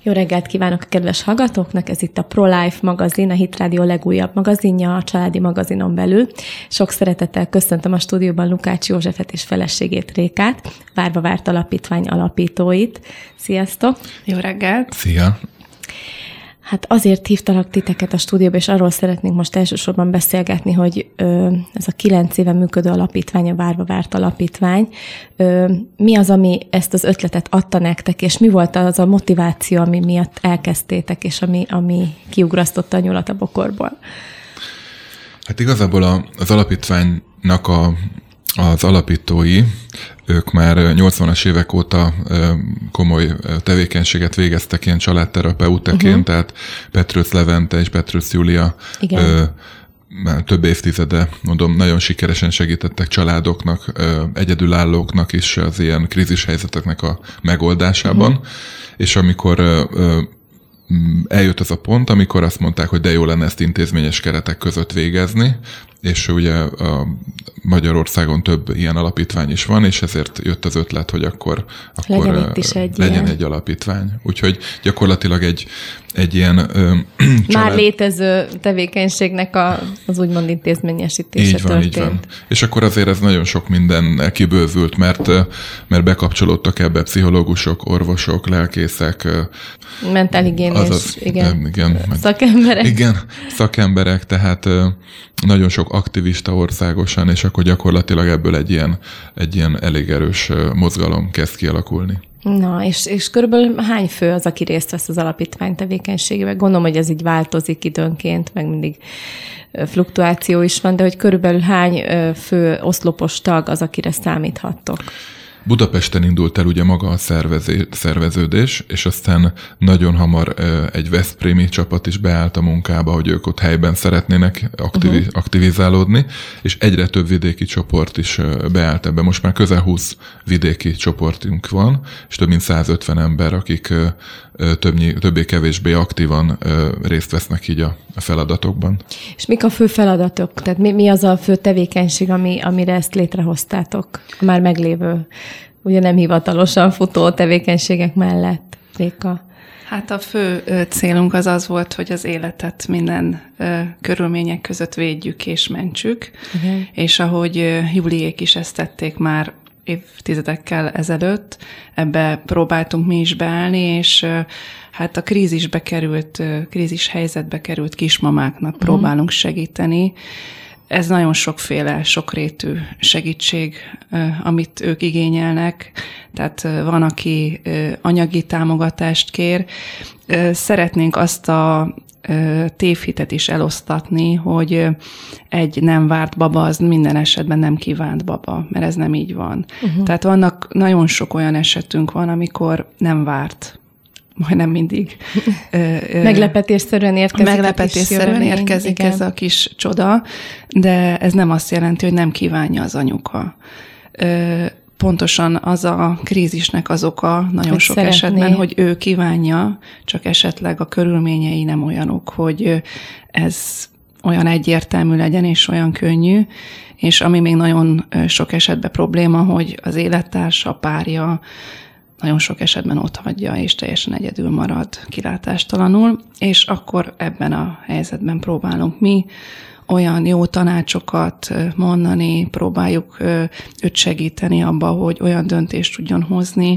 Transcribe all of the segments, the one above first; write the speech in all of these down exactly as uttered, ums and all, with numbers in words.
Jó reggelt kívánok a kedves hallgatóknak, ez itt a ProLife magazin, a Hit Rádió legújabb magazinja, a családi magazinon belül. Sok szeretettel köszöntöm a stúdióban Lukács Józsefet és feleségét, Rékát, Várva Várt Alapítvány alapítóit. Sziasztok! Jó reggelt! Szia! Hát azért hívtalak titeket a stúdióba, és arról szeretnénk most elsősorban beszélgetni, hogy ö, ez a kilenc éve működő alapítvány, a Várva Várt Alapítvány, ö, mi az, ami ezt az ötletet adta nektek, és mi volt az a motiváció, ami miatt elkezdtétek, és ami, ami kiugrasztotta a nyulat a bokorból? Hát igazából a, az alapítványnak a Az alapítói, ők már nyolcvanas évek óta komoly tevékenységet végeztek ilyen családterapeutaként, uh-huh. tehát Petrőc Levente és Petrőc Júlia ö, már több évtizede, mondom, nagyon sikeresen segítettek családoknak, ö, egyedülállóknak is az ilyen krízishelyzeteknek a megoldásában, uh-huh. és amikor ö, ö, eljött az a pont, amikor azt mondták, hogy de jó lenne ezt intézményes keretek között végezni, és ugye a Magyarországon több ilyen alapítvány is van, és ezért jött az ötlet, hogy akkor, akkor legyen itt is egy legyen ilyen. egy alapítvány. Úgyhogy gyakorlatilag egy, egy ilyen ö, Már család... létező tevékenységnek a, az úgymond intézményesítése így van, történt. Így van. És akkor azért ez nagyon sok minden kibővült, mert, mert bekapcsolódtak ebbe pszichológusok, orvosok, lelkészek, mentálhigiénés, igen, igen, szakemberek. Igen, szakemberek, tehát nagyon sok aktivista országosan, és akkor gyakorlatilag ebből egy ilyen, egy ilyen elég erős mozgalom kezd kialakulni. Na, és, és körülbelül hány fő az, aki részt vesz az alapítvány tevékenységében? Gondolom, hogy ez így változik időnként, meg mindig fluktuáció is van, de hogy körülbelül hány fő oszlopos tag az, akire számíthattok? Budapesten indult el ugye maga a szervezé, szerveződés, és aztán nagyon hamar egy veszprémi csapat is beállt a munkába, hogy ők ott helyben szeretnének aktivi, uh-huh. aktivizálódni, és egyre több vidéki csoport is beállt ebbe. Most már közel húsz vidéki csoportunk van, és több mint százötven ember, akik többnyi, többé-kevésbé aktívan részt vesznek így a feladatokban. És mik a fő feladatok? Tehát mi, mi az a fő tevékenység, ami, amire ezt létrehoztátok? A már meglévő, ugye nem hivatalosan futó tevékenységek mellett, Réka? Hát a fő célunk az az volt, hogy az életet minden ö, körülmények között védjük és mentsük, okay. és ahogy ö, Júliék is ezt tették már évtizedekkel ezelőtt, ebbe próbáltunk mi is beállni, és ö, hát a krízisbe került, ö, krízis helyzetbe került kismamáknak próbálunk uh-huh. segíteni. Ez nagyon sokféle, sokrétű segítség, amit ők igényelnek. Tehát van, aki anyagi támogatást kér. Szeretnénk azt a tévhitet is elosztatni, hogy egy nem várt baba az minden esetben nem kívánt baba, mert ez nem így van. Uh-huh. Tehát vannak, nagyon sok olyan esetünk van, amikor nem várt, majdnem mindig. Meglepetésszerűen érkezik. Meglepetésszerűen érkezik ez a kis csoda, de ez nem azt jelenti, hogy nem kívánja az anyuka. Pontosan az a krízisnek az oka nagyon hogy sok szeretné. esetben, hogy ő kívánja, csak esetleg a körülményei nem olyanok, hogy ez olyan egyértelmű legyen és olyan könnyű, és ami még nagyon sok esetben probléma, hogy az élettársa, a párja nagyon sok esetben ott hagyja, és teljesen egyedül marad kilátástalanul, és akkor ebben a helyzetben próbálunk mi olyan jó tanácsokat mondani, próbáljuk őt segíteni abba, hogy olyan döntést tudjon hozni,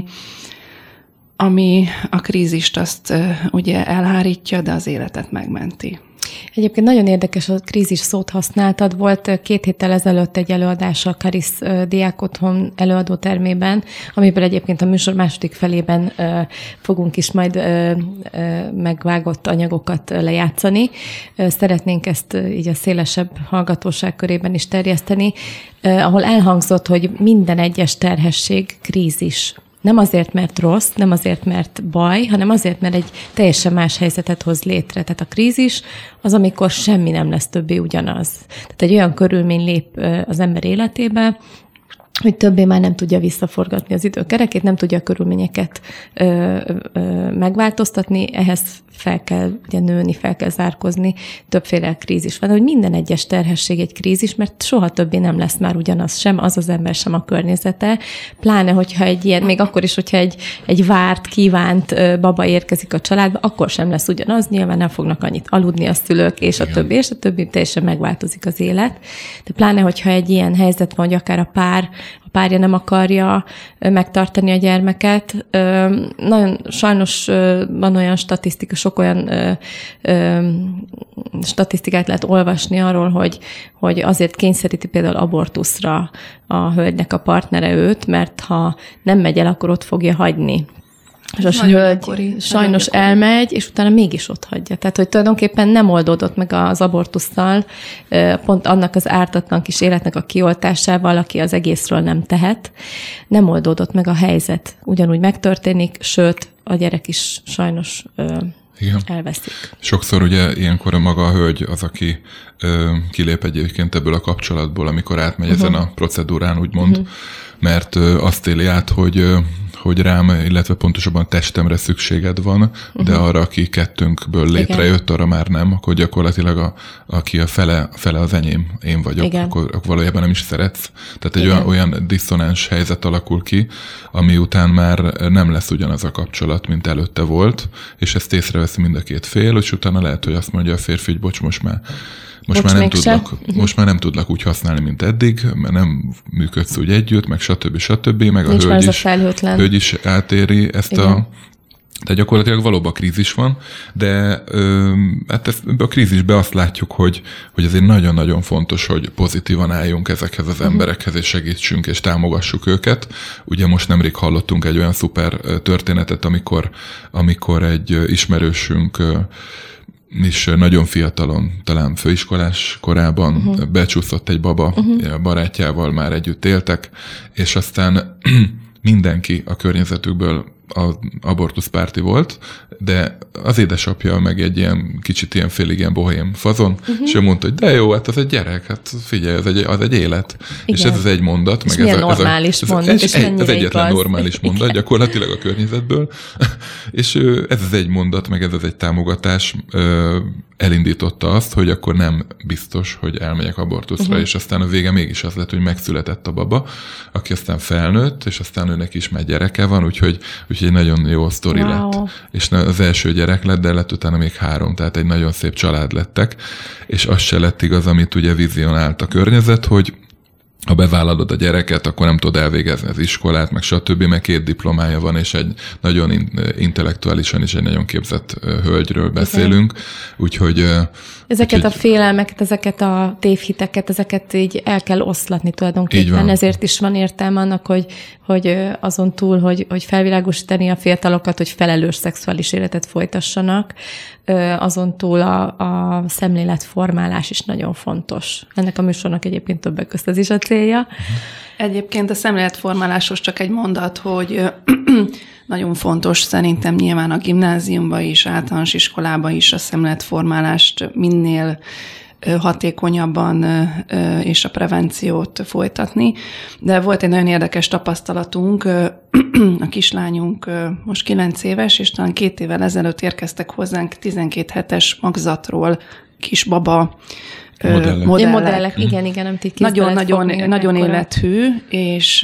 ami a krízist azt ugye elhárítja, de az életet megmenti. Egyébként nagyon érdekes, a krízis szót használtad. Volt két héttel ezelőtt egy előadás a Karisz Diákotthon előadótermében, amiből egyébként a műsor második felében fogunk is majd megvágott anyagokat lejátszani. Szeretnénk ezt így a szélesebb hallgatóság körében is terjeszteni, ahol elhangzott, hogy minden egyes terhesség krízis. Nem azért, mert rossz, nem azért, mert baj, hanem azért, mert egy teljesen más helyzetet hoz létre. Tehát a krízis az, amikor semmi nem lesz többé ugyanaz. Tehát egy olyan körülmény lép az ember életébe, hogy többé már nem tudja visszaforgatni az időkerekét, nem tudja a körülményeket ö, ö, megváltoztatni, ehhez fel kell ugye nőni, fel kell zárkozni, többféle krízis van, hogy minden egyes terhesség egy krízis, mert soha többé nem lesz már ugyanaz sem, az az ember sem a környezete, pláne, hogyha egy ilyen, még akkor is, hogyha egy, egy várt, kívánt baba érkezik a családba, akkor sem lesz ugyanaz, nyilván nem fognak annyit aludni a szülők, és a többi, és a többi, teljesen megváltozik az élet. De pláne, hogyha egy ilyen helyzet van, hogy akár a pár, a párja nem akarja megtartani a gyermeket. Nagyon sajnos van olyan statisztika, sok olyan ö, ö, statisztikát lehet olvasni arról, hogy, hogy azért kényszeríti például abortuszra a hölgynek a partnere őt, mert ha nem megy el, akkor ott fogja hagyni. És a hölgy gyakori, sajnos elmegy, és utána mégis ott hagyja. Tehát, hogy tulajdonképpen nem oldódott meg az abortusszal, pont annak az ártatlan kis életnek a kioltásával, aki az egészről nem tehet, nem oldódott meg a helyzet. Ugyanúgy megtörténik, sőt, a gyerek is sajnos igen. elveszik. Sokszor ugye ilyenkor a maga a hölgy az, aki ö, kilép egyébként ebből a kapcsolatból, amikor átmegy uh-huh. ezen a procedúrán, úgymond, uh-huh. mert ö, azt éli át, hogy, ö, hogy rám, illetve pontosabban testemre szükséged van, uh-huh. de arra, aki kettőnkből létrejött, arra már nem, akkor gyakorlatilag a, aki a fele, a fele az enyém, én vagyok, akkor, akkor valójában nem is szeretsz. Tehát egy olyan, olyan diszonáns helyzet alakul ki, ami után már nem lesz ugyanaz a kapcsolat, mint előtte volt, és ezt észreveszi mind a két fél, és utána lehet, hogy azt mondja a férfi, hogy bocs, most már Most már, nem tudlak, most már nem tudlak úgy használni, mint eddig, mert nem működsz úgy együtt, meg stb. stb. Meg a hölgy is, hölgy is átéri ezt igen. a... De gyakorlatilag valóban krízis van, de ö, hát ezt, a krízisben azt látjuk, hogy, hogy azért nagyon-nagyon fontos, hogy pozitívan álljunk ezekhez az uh-huh. emberekhez, és segítsünk, és támogassuk őket. Ugye most nemrég hallottunk egy olyan szuper történetet, amikor, amikor egy ismerősünk és nagyon fiatalon, talán főiskolás korában uh-huh. becsúszott egy baba, uh-huh. barátjával már együtt éltek, és aztán mindenki a környezetükből az abortuszpárti volt, de az édesapja meg egy ilyen kicsit ilyen félig ilyen bohém fazon, uh-huh. és ő mondta, hogy de jó, hát az egy gyerek, hát figyelj, az egy, az egy élet. Igen. És ez az egy mondat. És meg milyen ez a, normális ez a, mondat, ez, és egy, az egyetlen igaz. normális mondat, igen. gyakorlatilag a környezetből. És ez az egy mondat, meg ez az egy támogatás elindította azt, hogy akkor nem biztos, hogy elmegyek abortuszra, uh-huh. és aztán a vége mégis az lett, hogy megszületett a baba, aki aztán felnőtt, és aztán őnek is már gyereke van, úgyhogy, úgyhogy egy nagyon jó sztori wow. lett. És az első gyerek lett, de lett utána még három, tehát egy nagyon szép család lettek, és az se lett igaz, amit ugye vizionált a környezet, hogy ha bevállalod a gyereket, akkor nem tudod elvégezni az iskolát, meg stb., meg két diplomája van, és egy nagyon intellektuálisan is egy nagyon képzett hölgyről beszélünk, úgyhogy... Ezeket úgyhogy, a félelmeket, ezeket a tévhiteket, ezeket így el kell oszlatni tulajdonképpen, ezért is van értelme annak, hogy, hogy azon túl, hogy, hogy felvilágosítani a fiatalokat, hogy felelős szexuális életet folytassanak, azon túl a, a szemléletformálás is nagyon fontos. Ennek a műsornak egyébként többek közt ez is a célja. Egyébként a szemléletformáláshoz csak egy mondat, hogy nagyon fontos szerintem nyilván a gimnáziumban is, általános iskolában is a szemléletformálást minél hatékonyabban és a prevenciót folytatni. De volt egy nagyon érdekes tapasztalatunk, a kislányunk most kilenc éves, és talán két évvel ezelőtt érkeztek hozzánk tizenkét hetes magzatról kisbaba modellek. modellek. modellek. Igen, igen, amit így Nagyon, nagyon, nagyon élethű, és,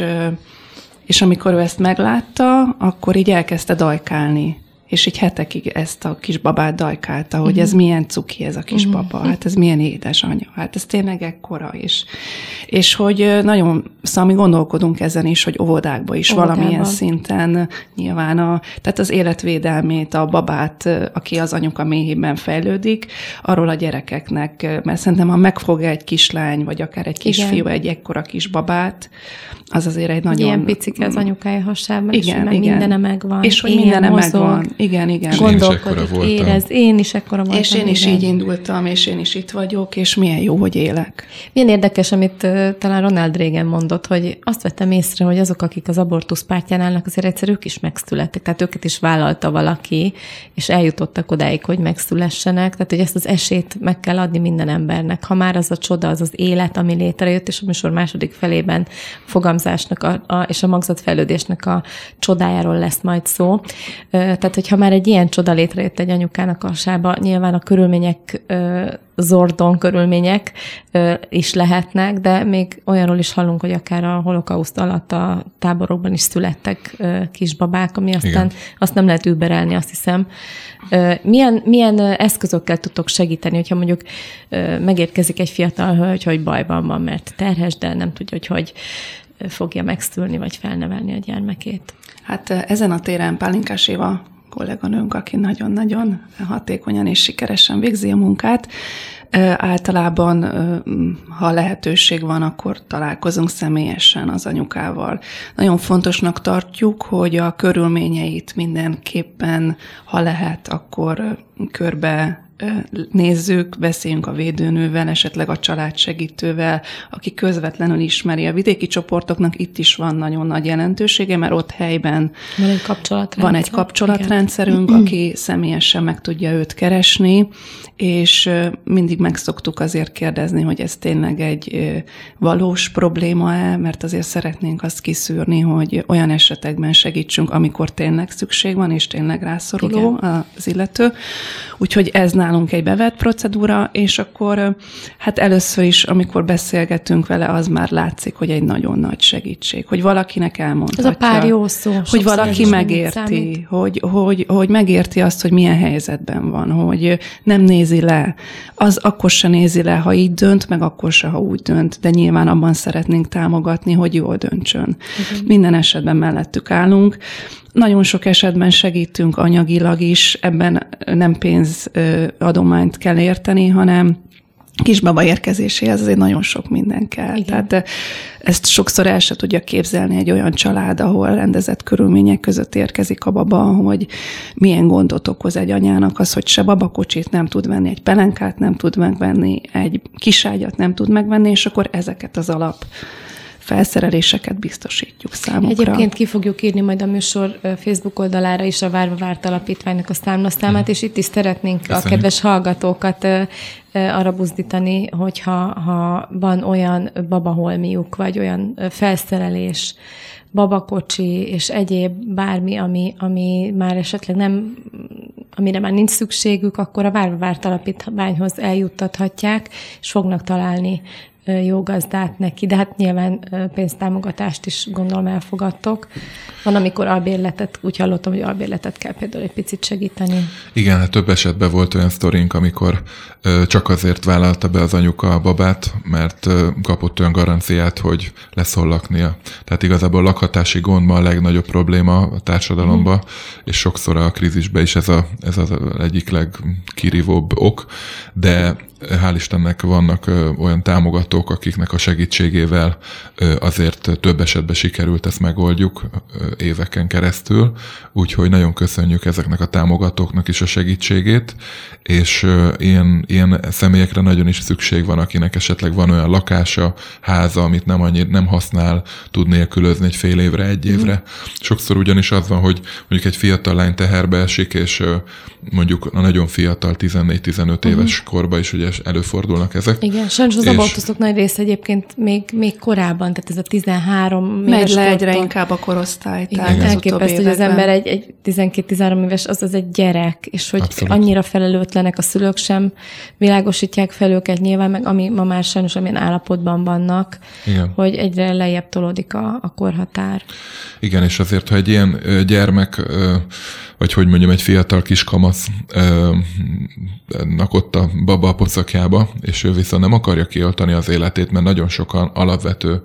és amikor ő ezt meglátta, akkor így elkezdte dajkálni. És így hetekig ezt a kisbabát dajkálta, hogy uh-huh. ez milyen cuki ez a kisbaba, uh-huh. hát ez milyen édesanyja, hát ez tényleg ekkora is. És hogy nagyon, szóval mi gondolkodunk ezen is, hogy óvodákban is Óvodában. valamilyen szinten nyilván a, tehát az életvédelmét, a babát, aki az anyuka méhében fejlődik, arról a gyerekeknek, mert szerintem ha megfogja egy kislány, vagy akár egy kisfiú egy ekkora kisbabát, az azért egy nagyon... Ilyen picike az anyukája hasában, igen, és igen. mindene megvan. És hogy mindene megvan. igen, igen. gondolkodik, én érez. Én is ekkora voltam. És én is igen. így indultam, és én is itt vagyok, és milyen jó, hogy élek. Milyen érdekes, amit uh, talán Ronald Reagan mondott, hogy azt vettem észre, hogy azok, akik az abortusz pártján állnak, azért egyszer ők is megszülettek. Tehát őket is vállalta valaki, és eljutottak odáig, hogy megszülessenek. Tehát, hogy ezt az esélyt meg kell adni minden embernek. Ha már az a csoda, az az élet, ami létrejött, és a műsor második felében fogamzásnak a, a, és a magzatfejlődésnek a csodájáról lesz majd szó. Tehát, hogyha már egy ilyen csoda létrejött egy anyukának asába, nyilván a körülmények, zordon körülmények is lehetnek, de még olyanról is hallunk, hogy akár a holokauszt alatt a táborokban is születtek kisbabák, ami aztán igen. azt nem lehet überelni, azt hiszem. Milyen, milyen eszközökkel tudtok segíteni, hogyha mondjuk megérkezik egy fiatal hölgy, hogy bajban van, mert terhes, de nem tudja, hogy hogy fogja megszülni, vagy felnevelni a gyermekét? Hát ezen a téren Pálinkás Éva kolléganőnk, aki nagyon-nagyon hatékonyan és sikeresen végzi a munkát. Általában, ha lehetőség van, akkor találkozunk személyesen az anyukával. Nagyon fontosnak tartjuk, hogy a körülményeit mindenképpen, ha lehet, akkor körbe nézzük, beszéljünk a védőnővel, esetleg a családsegítővel, aki közvetlenül ismeri. A vidéki csoportoknak itt is van nagyon nagy jelentősége, mert ott helyben van egy kapcsolatrendszer. Van egy kapcsolatrendszerünk, igen. aki személyesen meg tudja őt keresni, és mindig meg szoktuk azért kérdezni, hogy ez tényleg egy valós probléma-e, mert azért szeretnénk azt kiszűrni, hogy olyan esetekben segítsünk, amikor tényleg szükség van, és tényleg rászoruló igen. az illető. Úgyhogy ez nálunk egy bevett procedúra, és akkor hát először is, amikor beszélgetünk vele, az már látszik, hogy egy nagyon nagy segítség, hogy valakinek elmondhatja. Ez a pár jó szó. Hogy valaki megérti, hogy, hogy, hogy megérti azt, hogy milyen helyzetben van, hogy nem nézi le. Az akkor se nézi le, ha így dönt, meg akkor se, ha úgy dönt, de nyilván abban szeretnénk támogatni, hogy jól döntsön. Uh-huh. Minden esetben mellettük állunk. Nagyon sok esetben segítünk anyagilag is, ebben nem pénzadományt kell érteni, hanem kisbaba érkezéséhez azért nagyon sok minden kell. Igen. Tehát ezt sokszor el se tudja képzelni egy olyan család, ahol rendezett körülmények között érkezik a baba, hogy milyen gondot okoz egy anyának az, hogy se babakocsit nem tud venni, egy pelenkát nem tud megvenni, egy kiságyat nem tud megvenni, és akkor ezeket az alap felszereléseket biztosítjuk számukra. Egyébként ki fogjuk írni majd a műsor Facebook oldalára is a Várva Várt Alapítványnak a számlaszámát, és itt is szeretnénk Köszönjük. a kedves hallgatókat arra buzdítani, hogyha ha van olyan babaholmiuk, vagy olyan felszerelés, babakocsi és egyéb bármi, ami, ami már esetleg nem, amire már nincs szükségük, akkor a Várva Várt Alapítványhoz eljuttathatják, és fognak találni jó gazdát neki, de hát nyilván pénztámogatást is gondolom elfogadtok. Van, amikor albérletet, úgy hallottam, hogy albérletet kell például egy picit segíteni. Igen, hát több esetben volt olyan sztorink, amikor csak azért vállalta be az anyuka a babát, mert kapott olyan garanciát, hogy lesz hol laknia. Tehát igazából a lakhatási gond ma a legnagyobb probléma a társadalomban, mm. és sokszor a krízisben is ez, a, ez az egyik legkirívóbb ok, de hál' Istennek vannak olyan támogatók, akiknek a segítségével azért több esetben sikerült, ezt megoldjuk éveken keresztül, úgyhogy nagyon köszönjük ezeknek a támogatóknak is a segítségét, és ilyen, ilyen személyekre nagyon is szükség van, akinek esetleg van olyan lakása, háza, amit nem, annyi, nem használ, tud nélkülözni egy fél évre, egy évre. Mm. Sokszor ugyanis az van, hogy mondjuk egy fiatal lány teherbe esik, és mondjuk a nagyon fiatal, tizennégy-tizenöt mm-hmm. éves korban is ugye előfordulnak ezek. Igen, sajnos az és... abortuszok nagy része egyébként még, még korábban, tehát ez a tizenhárom megy le egyre inkább a korosztály. Igen, elképesztő, hogy az ember egy, egy tizenkét-tizenhárom éves, az az egy gyerek, és hogy Abszolút. annyira felelőtlenek a szülők sem világosítják fel őket nyilván, meg ami ma már sajnos amilyen állapotban vannak, Igen. hogy egyre lejjebb tolódik a, a korhatár. Igen, és azért, ha egy ilyen gyermek, vagy hogy mondjam, egy fiatal kiskamasz ott a baba a pocakjába, és ő viszont nem akarja kioltani az életét, mert nagyon sokan alapvető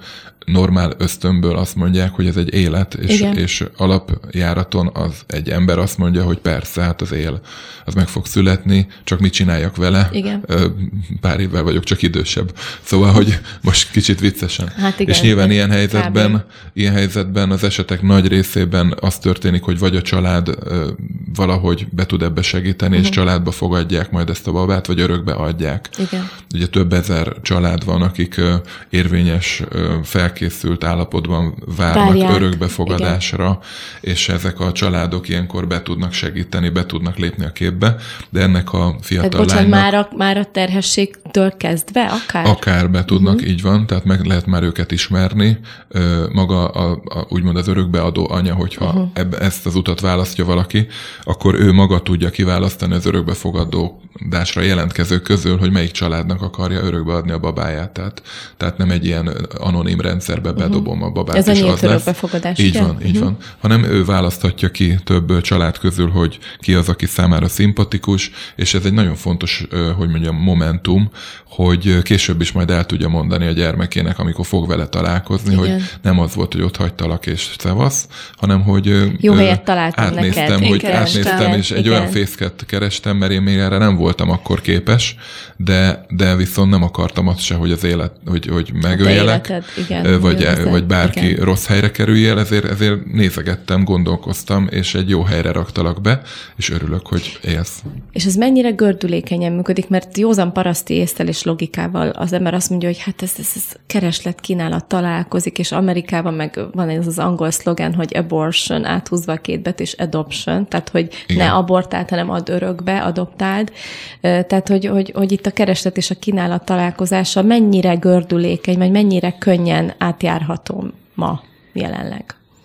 normál ösztönből azt mondják, hogy ez egy élet, és, és alapjáraton az egy ember azt mondja, hogy persze, hát az él, az meg fog születni, csak mit csináljak vele? Igen. Pár évvel vagyok csak idősebb. Szóval, hogy most kicsit viccesen. Hát igen, és nyilván ilyen helyzetben, ilyen helyzetben az esetek nagy részében az történik, hogy vagy a család valahogy be tud ebbe segíteni, uh-huh. és családba fogadják majd ezt a babát, vagy örökbe adják. Igen. Ugye több ezer család van, akik érvényes, felkészült állapotban várnak Várják. örökbefogadásra, igen. és ezek a családok ilyenkor be tudnak segíteni, be tudnak lépni a képbe, de ennek a fiatal tehát, lánynak... Bocsánat, már a, már a terhességtől kezdve akár? Akár be tudnak, uh-huh. így van, tehát meg lehet már őket ismerni. Maga a, a, úgymond az örökbeadó anya, hogyha uh-huh. ebbe, ezt az utat választja valaki, akkor ő maga tudja kiválasztani az örökbefogadásra jelentkezők közül, hogy melyik családnak akarja örökbeadni a babáját. Tehát, tehát nem egy ilyen anonim rendszerbe bedobom uh-huh. a babát, ez és a az lesz. Így igen? van, így uh-huh. van. Hanem ő választhatja ki több család közül, hogy ki az, aki számára szimpatikus, és ez egy nagyon fontos, hogy mondjam, momentum, hogy később is majd el tudja mondani a gyermekének, amikor fog vele találkozni, igen. hogy nem az volt, hogy ott hagytalak és szevasz, hanem hogy jó helyet találtam átnéztem, neked. hogy átnéztem, és egy igen. olyan fészket kerestem, mert én még erre nem voltam akkor képes, de, de viszont nem akartam azt se, hogy az élet, hogy, hogy megöljelek, életed, igen, vagy, jó, vagy bárki igen. rossz helyre kerüljél, ezért, ezért nézegettem, gondolkoztam, és egy jó helyre raktalak be, és örülök, hogy élsz. És ez mennyire gördülékenyen működik, mert józan paraszti észszel és logikával az ember azt mondja, hogy hát ez, ez, ez kereslet kínálat találkozik, és Amerikában meg van ez az angol szlogen, hogy abortion, áthúzva a két betű, és adoption, tehát hogy igen. ne abortáld, hanem add örökbe, adoptáld. Tehát, hogy, hogy, hogy itt a kereslet és a kínálat találkozása mennyire gördülékeny, vagy mennyire könnyen átjárható ma jelenleg?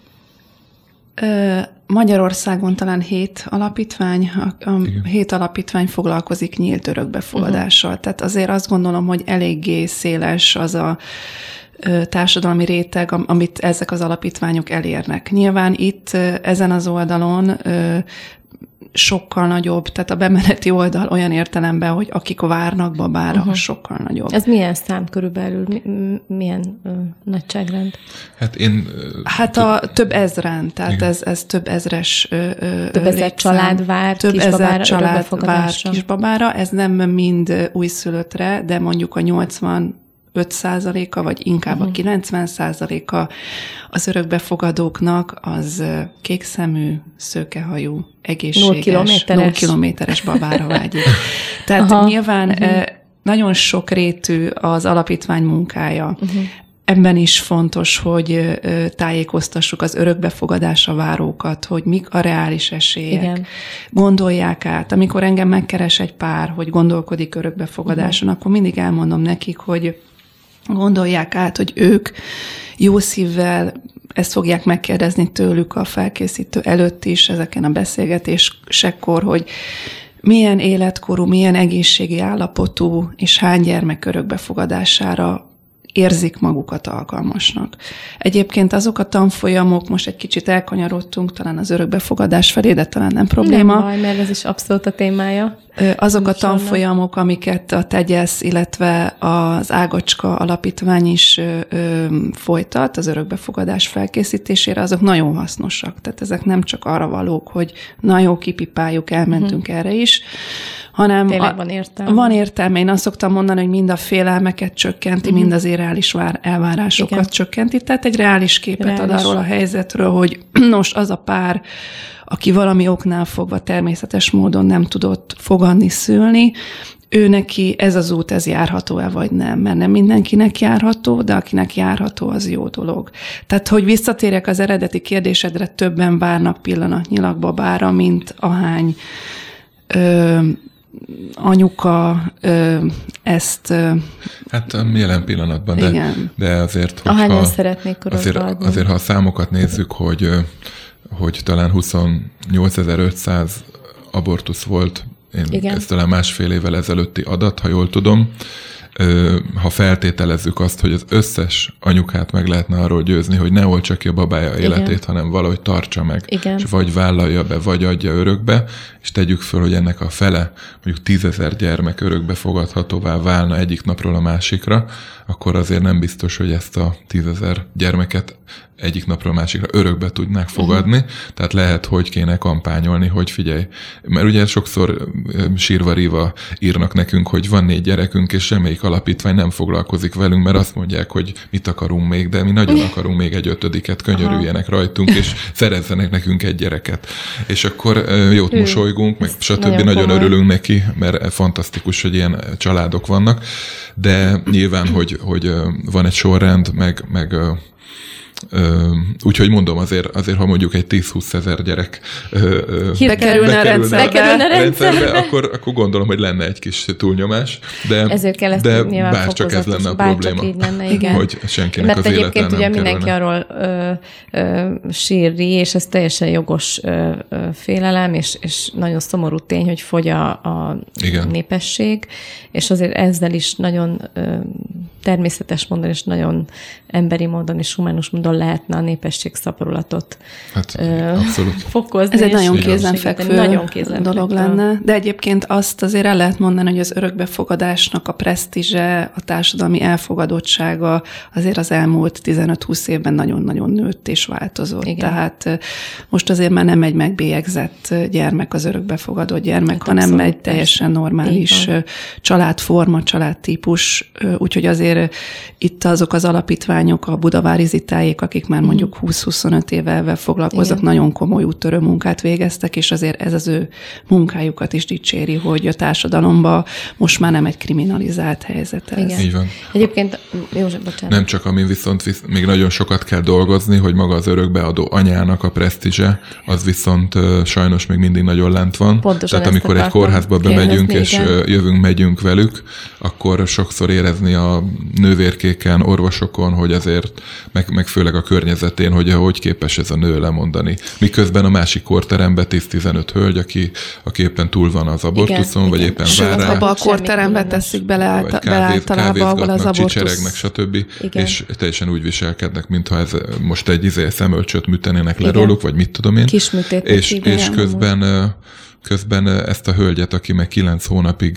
Magyarországon talán hét alapítvány, a, a hét alapítvány foglalkozik nyílt örökbefogadással. Uh-huh. Tehát azért azt gondolom, hogy eléggé széles az a társadalmi réteg, amit ezek az alapítványok elérnek. Nyilván itt ezen az oldalon sokkal nagyobb, tehát a bemeneti oldal olyan értelemben, hogy akik várnak babára, uh-huh. sokkal nagyobb. Ez milyen szám körülbelül? Mi, milyen ö, nagyságrend? Hát én... Hát a több ezren, tehát ez, ez több ezres ö, Több ezer létszám, család vár több kisbabára, ezer család vár kisbabára. Ez nem mind újszülöttre, de mondjuk a nyolcvanöt százaléka, vagy inkább uh-huh. a kilencven százaléka az örökbefogadóknak az kékszemű, szőkehajú, egészséges, null kilométeres babára vágyik. Tehát aha. nyilván uh-huh. nagyon sokrétű az alapítvány munkája. Uh-huh. Ebben is fontos, hogy tájékoztassuk az örökbefogadásra várókat, hogy mik a reális esélyek. Igen. Gondolják át. Amikor engem megkeres egy pár, hogy gondolkodik örökbefogadáson, uh-huh. akkor mindig elmondom nekik, hogy gondolják át, hogy ők jó szívvel ezt fogják megkérdezni tőlük a felkészítő előtt is, ezeken a beszélgetésekor, hogy milyen életkorú, milyen egészségi állapotú és hány gyermek örökbefogadására érzik magukat alkalmasnak. Egyébként azok a tanfolyamok, most egy kicsit elkanyarodtunk talán az örökbefogadás felé, de talán nem probléma. Nem baj, mert ez is abszolút a témája. Azok a tanfolyamok, amiket a TEGYESZ, illetve az Ágacska Alapítvány is ö, ö, folytat az örökbefogadás felkészítésére, azok nagyon hasznosak. Tehát ezek nem csak arra valók, hogy na jó, kipipáljuk, elmentünk uh-huh. erre is, hanem tényleg van értelme. Van értelme. Én azt szoktam mondani, hogy mind a félelmeket csökkenti, uh-huh. mind az reális elvárásokat igen. csökkenti. Tehát egy reális képet reális. ad arról a helyzetről, hogy nos, az a pár, aki valami oknál fogva természetes módon nem tudott fogadni, szülni, ő neki ez az út, ez járható-e vagy nem, mert nem mindenkinek járható, de akinek járható, az jó dolog. Tehát, hogy visszatérjek az eredeti kérdésedre, többen várnak pillanatnyilag babára, mint ahány ö, anyuka ö, ezt... Ö, hát jelen pillanatban, de, de azért, hogyha... Ahányan szeretnék azért, azért, ha a számokat nézzük, hogy, hogy talán huszonnyolcezer-ötszáz abortusz volt, én igen. ez talán másfél évvel ezelőtti adat, ha jól tudom, ha feltételezzük azt, hogy az összes anyukát meg lehetne arról győzni, hogy ne oltsa ki a babája életét, igen. hanem valahogy tartsa meg, igen. és vagy vállalja be, vagy adja örökbe, és tegyük föl, hogy ennek a fele, mondjuk tízezer gyermek örökbefogadhatóvá válna egyik napról a másikra, akkor azért nem biztos, hogy ezt a tízezer gyermeket egyik napról a másikra örökbe tudnák fogadni, uh-huh. tehát lehet, hogy kéne kampányolni, hogy figyelj, mert ugye sokszor sírva-ríva írnak nekünk, hogy van négy gyerekünk, és semmelyik alapítvány nem foglalkozik velünk, mert azt mondják, hogy mit akarunk még, de mi nagyon akarunk még egy ötödiket, könyörüljenek rajtunk, és szerezzenek nekünk egy gyereket. És akkor jót Hű, mosolygunk, meg stb. Nagyon, nagyon örülünk neki, mert fantasztikus, hogy ilyen családok vannak, de nyilván, hogy, hogy van egy sorrend, meg, meg úgyhogy mondom, azért, azért, ha mondjuk egy tíz-húsz ezer gyerek bekerülne a rendszerbe, bekerülne a rendszerbe akkor, akkor gondolom, hogy lenne egy kis túlnyomás, de, ezért kell ezt de bárcsak ez lenne a probléma, lenne, igen. hogy senkinek mert az élete nem egyébként ugye kerülne. mindenki arról ö, ö, sírri, és ez teljesen jogos ö, ö, félelem, és, és nagyon szomorú tény, hogy fogy a, a népesség, és azért ezzel is nagyon ö, természetes módon, és nagyon emberi módon, és humánus módon lehetne a népesség szaporulatot hát, ö, fokozni. Ez egy nagyon kézenfekvő nagyon kézenfekvő dolog lenne, de egyébként azt azért el lehet mondani, hogy az örökbefogadásnak a presztízse, a társadalmi elfogadottsága azért az elmúlt tizenöt-húsz évben nagyon-nagyon nőtt és változott. Igen. Tehát most azért már nem egy megbélyegzett gyermek az örökbefogadott gyermek, hát hanem egy teljesen normális családforma, családtípus, úgyhogy azért itt azok az alapítványok, a Budavári Zitáék, akik már mondjuk húsz-huszonöt éve foglalkoznak, igen. nagyon komoly úttörő munkát végeztek, és azért ez az ő munkájukat is dicséri, hogy a társadalomban most már nem egy kriminalizált helyzet ez. Igen. Így van. Egyébként, József, bocsánat. Nem csak, amin viszont visz, még nagyon sokat kell dolgozni, hogy maga az örökbeadó anyának a presztízse, az viszont uh, sajnos még mindig nagyon lent van. Pontosan. Tehát amikor egy kórházba bemegyünk, és igen. jövünk, megyünk velük, akkor sokszor érezni a nővérkéken, orvosokon, hogy azért, meg, meg főleg a környezetén, hogy hogy képes ez a nő lemondani. Miközben a másik kórteremben tíz-tizenöt hölgy, aki, aki éppen túl van az abortuszon, igen, vagy igen. éppen vár rá. Abba a kórterembe teszik bele, által, bele általában, ahol az abortusz. Csicseregnek, stb. Igen. És teljesen úgy viselkednek, mintha ez most egy izé szemölcsöt műtenének le róluk, vagy mit tudom én. Kisműtét. És, és közben... Közben ezt a hölgyet, aki meg kilenc hónapig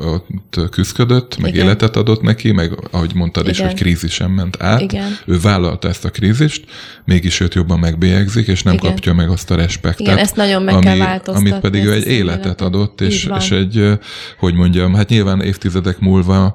ott küzdködött, meg igen. életet adott neki, meg ahogy mondtad igen. is, hogy krízisen ment át, igen. ő vállalta ezt a krízist, mégis őt jobban megbélyegzik, és nem igen. kapja meg azt a respektet. Igen, ezt nagyon meg ami, kell változtatni. Amit pedig ő egy életet adott, és, és egy, hogy mondjam, hát nyilván évtizedek múlva,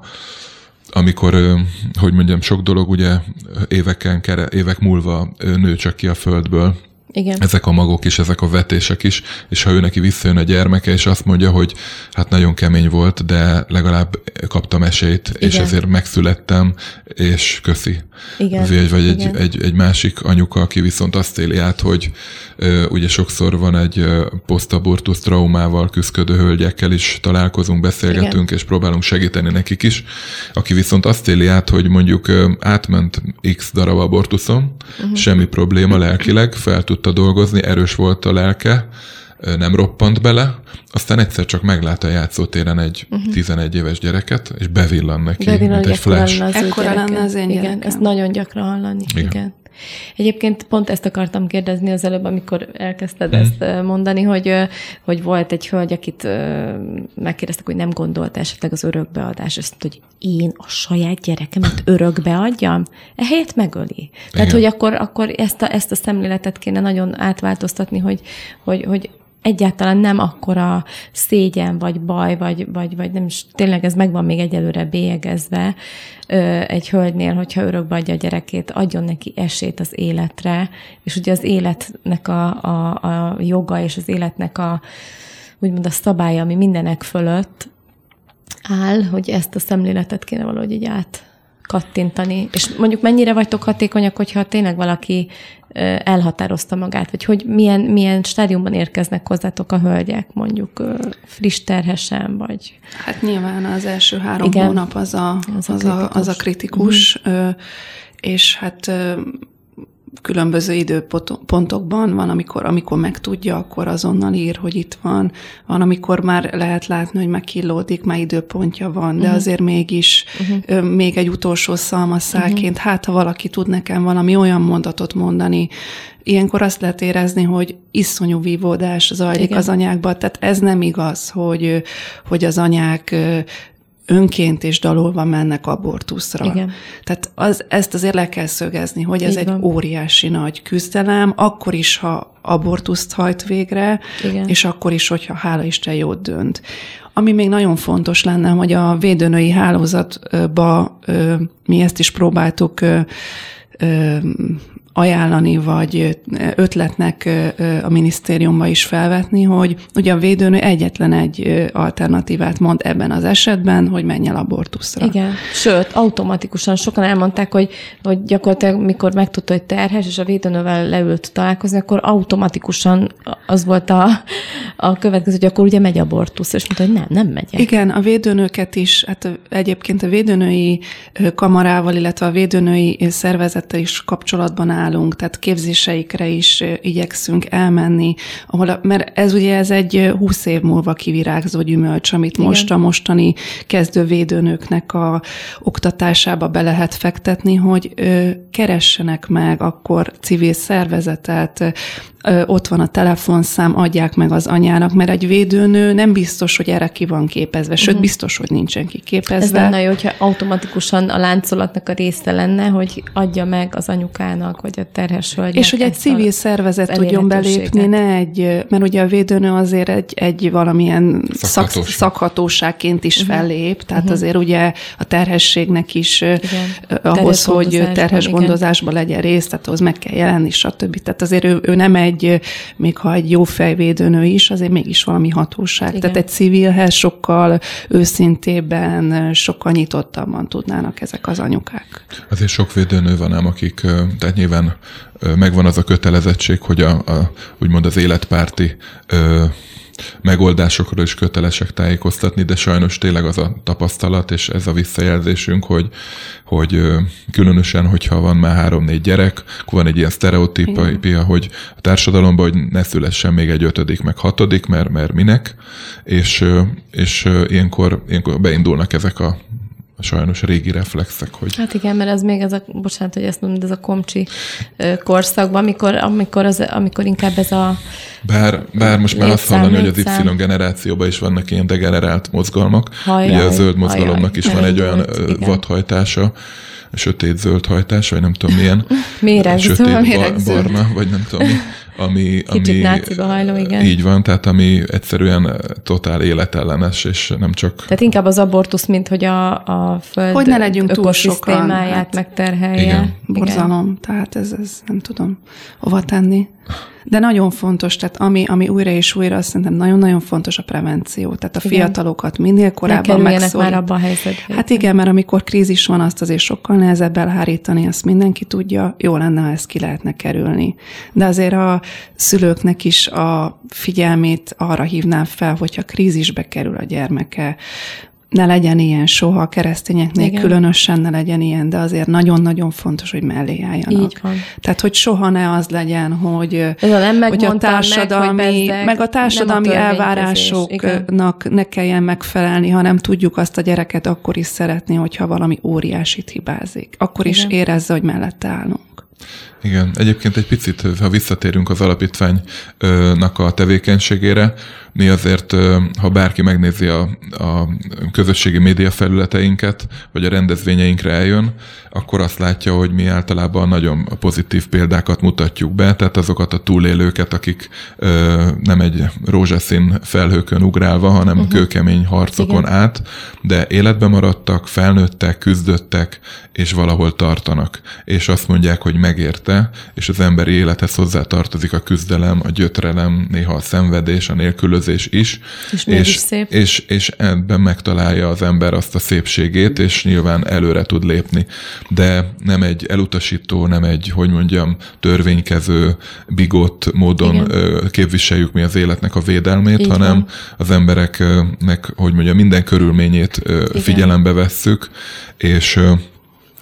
amikor, hogy mondjam, sok dolog ugye éveken, évek múlva nő csak ki a földből, igen. ezek a magok is, ezek a vetések is, és ha ő neki visszajön a gyermeke, és azt mondja, hogy hát nagyon kemény volt, de legalább kaptam esélyt, igen. és ezért megszülettem, és köszi. Igen. Vagy, vagy egy, Igen. egy, egy másik anyuka, aki viszont azt éli át, hogy uh, ugye sokszor van egy uh, posztabortusz traumával küzdködő hölgyekkel is találkozunk, beszélgetünk, igen. és próbálunk segíteni nekik is, aki viszont azt éli át, hogy mondjuk uh, átment x darab abortuszon, uh-huh. semmi probléma lelkileg, fel tudta dolgozni, erős volt a lelke, nem roppant bele, aztán egyszer csak meglát a játszótéren egy uh-huh. tizenegy éves gyereket, és bevillan neki, bevillan, mint egy flash. Ekkora lenne az én igen, gyerekem. Ezt nagyon gyakran hallani. Igen. igen. Egyébként pont ezt akartam kérdezni az előbb, amikor elkezdted mm. ezt mondani, hogy, hogy volt egy hölgy, akit megkérdeztek, hogy nem gondolta esetleg az örökbeadás. Azt mondta, hogy én a saját gyerekemet örökbe adjam? Ehelyett megöli. Tehát, igen. hogy akkor, akkor ezt, a, ezt a szemléletet kéne nagyon átváltoztatni, hogy, hogy, hogy egyáltalán nem akkora szégyen, vagy baj, vagy, vagy, vagy nem is, tényleg ez megvan még egyelőre bélyegezve egy hölgynél, hogyha örökbe adja a gyerekét, adjon neki esélyt az életre, és ugye az életnek a, a, a joga, és az életnek a, úgymond a szabálya, ami mindenek fölött áll, hogy ezt a szemléletet kéne valahogy így át kattintani. És mondjuk mennyire vagytok hatékonyak, hogyha tényleg valaki elhatározta magát, vagy hogy milyen, milyen stádiumban érkeznek hozzátok a hölgyek, mondjuk friss terhesen, vagy... Hát nyilván az első három igen. hónap az a, az a, az a, az a kritikus, uh-huh. és hát különböző időpontokban van, amikor, amikor megtudja, akkor azonnal ír, hogy itt van. Van, amikor már lehet látni, hogy megkillódik, már időpontja van, de uh-huh. azért mégis uh-huh. még egy utolsó szalmaszálként, uh-huh. hát ha valaki tud nekem valami olyan mondatot mondani, ilyenkor azt lehet érezni, hogy iszonyú vívódás zajlik Igen. az anyákban. Tehát ez nem igaz, hogy, hogy az anyák önként és dalolva mennek abortuszra. Igen. Tehát az, ezt azért le kell szögezni, hogy ez Így egy van. óriási nagy küzdelem, akkor is, ha abortuszt hajt végre, Igen. és akkor is, hogyha hála Isten jót dönt. Ami még nagyon fontos lenne, hogy a védőnői hálózatba mi ezt is próbáltuk ajánlani, vagy ötletnek a minisztériumba is felvetni, hogy ugye a védőnő egyetlen egy alternatívát mond ebben az esetben, hogy menj el abortuszra. Igen. Sőt, automatikusan sokan elmondták, hogy, hogy gyakorlatilag mikor megtudta, hogy terhes, és a védőnővel leült találkozni, akkor automatikusan az volt a, a következő, hogy akkor ugye megy abortusz, és mondta, hogy nem, nem megyek. Igen, a védőnőket is, hát egyébként a védőnői kamarával, illetve a védőnői szervezettel is kapcsolatban áll állunk, tehát képzéseikre is igyekszünk elmenni, ahol a, mert ez ugye ez egy húsz év múlva kivirágzó gyümölcs, amit Igen. most a mostani kezdővédőnőknek a oktatásába be lehet fektetni, hogy ö, keressenek meg akkor civil szervezetet, ö, ott van a telefonszám, adják meg az anyának, mert egy védőnő nem biztos, hogy erre ki van képezve, sőt, uh-huh. biztos, hogy nincsen kiképezve. Ez lenne jó, hogyha automatikusan a láncolatnak a része lenne, hogy adja meg az anyukának, vagy a terhes hölgynek. És hogy egy civil szervezet tudjon belépni, ne egy, mert ugye a védőnő azért egy, egy valamilyen szak, szakhatóságként is uh-huh. fellép, tehát uh-huh. azért ugye a terhességnek is igen. ahhoz, hogy terhes gondozásban legyen részt, tehát ahhoz meg kell jelenni, stb. Tehát azért ő, ő nem egy, még ha egy jó fejvédőnő is, azért mégis valami hatóság. Igen. Tehát egy civilhez sokkal őszintébben, sokkal nyitottabban tudnának ezek az anyukák. Azért sok védőnő van ám, akik, tehát nyilván megvan az a kötelezettség, hogy a, a, úgymond az életpárti ö, megoldásokról is kötelesek tájékoztatni, de sajnos tényleg az a tapasztalat, és ez a visszajelzésünk, hogy, hogy különösen, hogyha van már három-négy gyerek, akkor van egy ilyen sztereotípia, hogy a társadalomban, hogy ne szülessen még egy ötödik, meg hatodik, mert, mert minek, és, és ilyenkor, ilyenkor beindulnak ezek a sajnos régi reflexek, hogy... Hát igen, mert ez még ez a, bocsánat, hogy ezt mondom, ez a komcsi korszakban, amikor, amikor, az, amikor inkább ez a... Bár, bár most már azt hallani, hogy az Y generációban is vannak ilyen degenerált mozgalmak. Hajjaj, ugye a zöld mozgalomnak hajjaj, is van egy olyan vadhajtása, sötét zöld hajtás, vagy nem tudom milyen. Méregzöld. Sötét bar, barna, vagy nem tudom mi. Ami, Kicsit ami, náciba hajló, igen. Így van, tehát ami egyszerűen totál életellenes, és nem csak... Tehát inkább az abortusz, mint hogy a, a föld hogy ne legyünk túl sokan, hát, megterhelje. Igen. Borzalom, igen. Tehát ez, ez nem tudom hova tenni. De nagyon fontos, tehát ami, ami újra és újra, azt szerintem nagyon-nagyon fontos a prevenció. Tehát a igen. fiatalokat minél korábban megszólít. Már abban a helyzetben. Hát igen, mert amikor krízis van, azt azért sokkal nehezebb elhárítani, azt mindenki tudja, jó lenne, ha ezt ki lehetne kerülni. De azért a szülőknek is a figyelmét arra hívnám fel, hogyha krízisbe kerül a gyermeke, ne legyen ilyen soha, a keresztényeknél igen. különösen ne legyen ilyen, de azért nagyon-nagyon fontos, hogy mellé álljanak. Így van. Tehát, hogy soha ne az legyen, hogy, ez a nem hogy a társadalmi, meg, hogy bezdeg, meg a társadalmi a elvárásoknak ne kelljen megfelelni, hanem tudjuk azt a gyereket akkor is szeretni, hogyha valami óriásit hibázik. Akkor igen. is érezze, hogy mellette állunk. Igen, egyébként egy picit, ha visszatérünk az alapítványnak a tevékenységére, mi azért, ha bárki megnézi a, a közösségi média felületeinket, vagy a rendezvényeinkre eljön, akkor azt látja, hogy mi általában nagyon pozitív példákat mutatjuk be, tehát azokat a túlélőket, akik ö, nem egy rózsaszín felhőkön ugrálva, hanem uh-huh. kőkemény harcokon Igen. át, de életben maradtak, felnőttek, küzdöttek, és valahol tartanak. És azt mondják, hogy megérte, és az emberi élethez hozzátartozik a küzdelem, a gyötrelem, néha a szenvedés, a nélkülözés is. És, és, szép. és, és ebben megtalálja az ember azt a szépségét, és nyilván előre tud lépni. De nem egy elutasító, nem egy, hogy mondjam, törvénykező, bigott módon Igen. képviseljük mi az életnek a védelmét, Így hanem van. az embereknek, hogy mondjam, minden körülményét Igen. figyelembe vesszük, és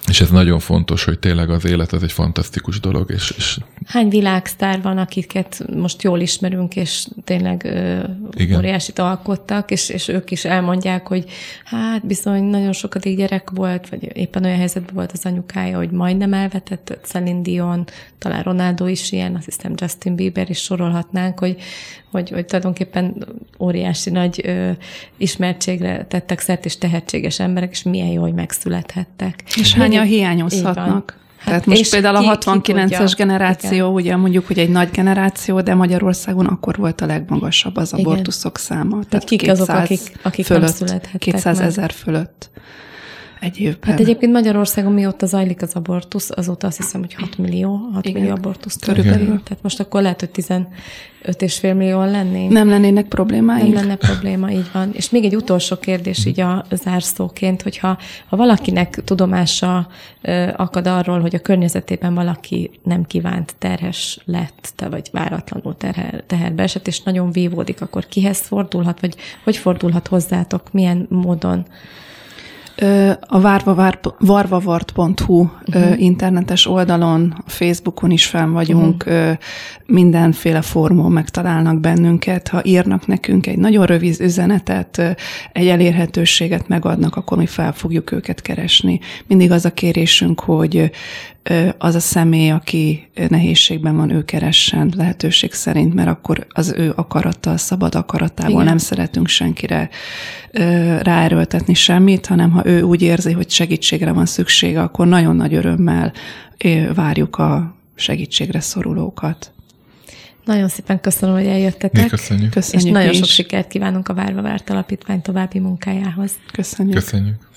És ez nagyon fontos, hogy tényleg az élet az egy fantasztikus dolog. És, és... Hány világsztár van, akiket az élet az egy fantasztikus dolog. És, és... Hány világsztár van, akiket most jól ismerünk, és tényleg ö, óriásit alkottak, és, és ők is elmondják, hogy hát bizony nagyon sokadik gyerek volt, vagy éppen olyan helyzetben volt az anyukája, hogy majdnem elvetett, Celine Dion, talán Ronaldo is ilyen, azt hiszem Justin Bieber is sorolhatnánk, hogy, hogy, hogy tulajdonképpen óriási nagy ö, ismertségre tettek szert, és tehetséges emberek, és milyen jó, hogy megszülethettek. És hányan hiányozhatnak? Hát Tehát most például ki, a hatvankilences generáció, igen. ugye mondjuk, hogy egy nagy generáció, de Magyarországon akkor volt a legmagasabb az abortuszok száma. Tehát kik azok, akik, akik fölött, nem születhettek kétszázezer fölött egy évben. Hát egyébként Magyarországon mióta zajlik az abortusz, azóta azt hiszem, hogy hat millió, hat igen. millió abortusz körülbelül. Tehát most akkor lehet, hogy tizenöt és fél millióan lennénk. Nem lennének problémáink. Nem lenne probléma, így van. És még egy utolsó kérdés így a zárszóként, hogyha ha valakinek tudomása ö, akad arról, hogy a környezetében valaki nem kívánt terhes lett, te vagy váratlanul terher, teherbe esett, és nagyon vívódik, akkor kihez fordulhat, vagy hogy fordulhat hozzátok, milyen módon? A varvavart pont hu uh-huh. internetes oldalon, a Facebookon is fenn vagyunk, uh-huh. mindenféle formon megtalálnak bennünket. Ha írnak nekünk egy nagyon rövid üzenetet, egy elérhetőséget megadnak, akkor mi fel fogjuk őket keresni. Mindig az a kérésünk, hogy az a személy, aki nehézségben van, ő keressen lehetőség szerint, mert akkor az ő akarattal, szabad akaratából igen. nem szeretünk senkire ráerőltetni semmit, hanem ha ő úgy érzi, hogy segítségre van szüksége, akkor nagyon nagy örömmel várjuk a segítségre szorulókat. Nagyon szépen köszönöm, hogy eljöttetek. Mi köszönjük. köszönjük. És nagyon sok sikert kívánunk a Várva Várt Alapítvány további munkájához. Köszönjük. Köszönjük.